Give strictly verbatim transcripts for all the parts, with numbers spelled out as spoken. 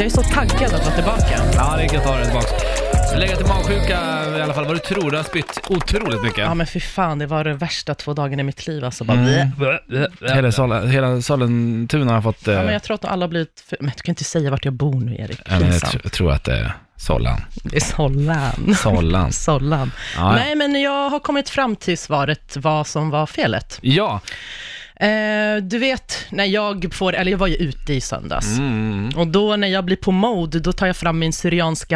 jag är så taggad att vara tillbaka. Ja, det är gött att ha det tillbaka. Lägga till magsjuka i alla fall, vad du tror, du har spytt otroligt mycket. Ja men för fan, det var det värsta två dagarna i mitt liv alltså, bara mm. Hela, Sal- hela Sollentuna har fått... Uh... Ja men jag tror att alla har blivit... För... Men du kan inte säga vart jag bor nu, Erik. Ja, men jag, tr- jag tror att det är Sollan. Det är Sollan. Sollan. Sollan. Ja. Nej men jag har kommit fram till svaret vad som var felet. Ja. Eh, du vet, när jag får, eller jag var ju ute i söndags. Mm. Och då när jag blir på mode, då tar jag fram min syrianska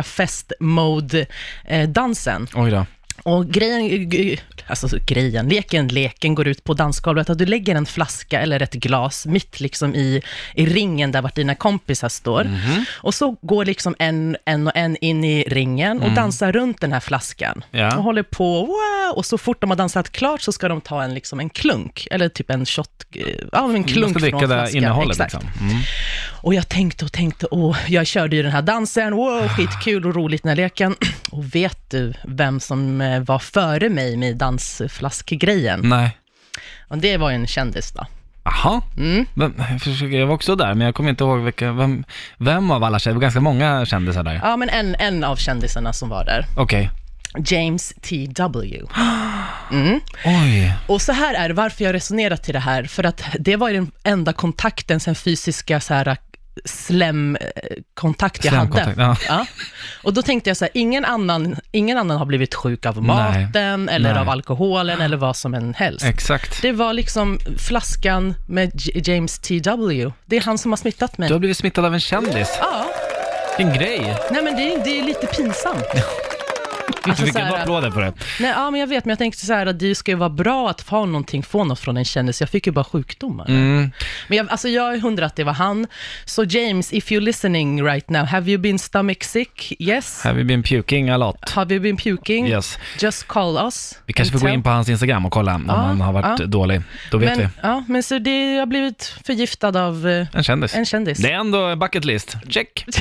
fest-mode-dansen. Oj då. Och grejen, alltså grejen, leken, leken går ut på dansgolvet att du lägger en flaska eller ett glas mitt liksom i, i ringen där vart dina kompisar står. Mm-hmm. Och så går liksom en, en och en in i ringen och mm. dansar runt den här flaskan. Ja. Och håller på, wow, och så fort de har dansat klart så ska de ta en, liksom en klunk, eller typ en shot, ja en klunk från flaskan. Det innehållet, exakt. Liksom. Mm. Och jag tänkte och tänkte, och jag körde ju den här dansen, wow, skitkul och roligt den här leken. Och vet du vem som var före mig med dansflaskgrejen? Nej. Och det var en kändis då. Aha. Mm. Men, jag var också där, men jag kommer inte ihåg vilka, vem, vem av alla kändisar, det var ganska många kändisar där. Ja, men en, en av kändisarna som var där. Okej. Okay. James T W. Mm. Oj. Och så här är det, varför jag resonerat till det här. För att det var den enda kontakten, sen fysiska så här slemkontakt jag hade. Ja. Ja. Och då tänkte jag så här, ingen annan, ingen annan har blivit sjuk av maten Nej. eller Nej. av alkoholen eller vad som än helst. Exakt. Det var liksom flaskan med J- James T W. Det är han som har smittat mig. Du har blivit smittad av en kändis. Ja. En grej. Nej men det, det är lite pinsamt. Alltså, vilken applåder för det. Nej, ja, men jag vet, men jag tänkte så här att det ska ju vara bra att få någonting, få något från en kändis. Jag fick ju bara sjukdomar. Mm. Men jag, alltså jag undrar att det var han. Så James, if you're listening right now, have you been stomach sick? Yes. Have you been puking a lot? Have you been puking? Yes. Just call us. Vi kanske får tell. gå in på hans Instagram och kolla om ja, han har varit ja. dålig. Då vet men, vi. Ja, men så det har blivit förgiftad av en kändis. En kändis. Det är ändå bucket list. Check.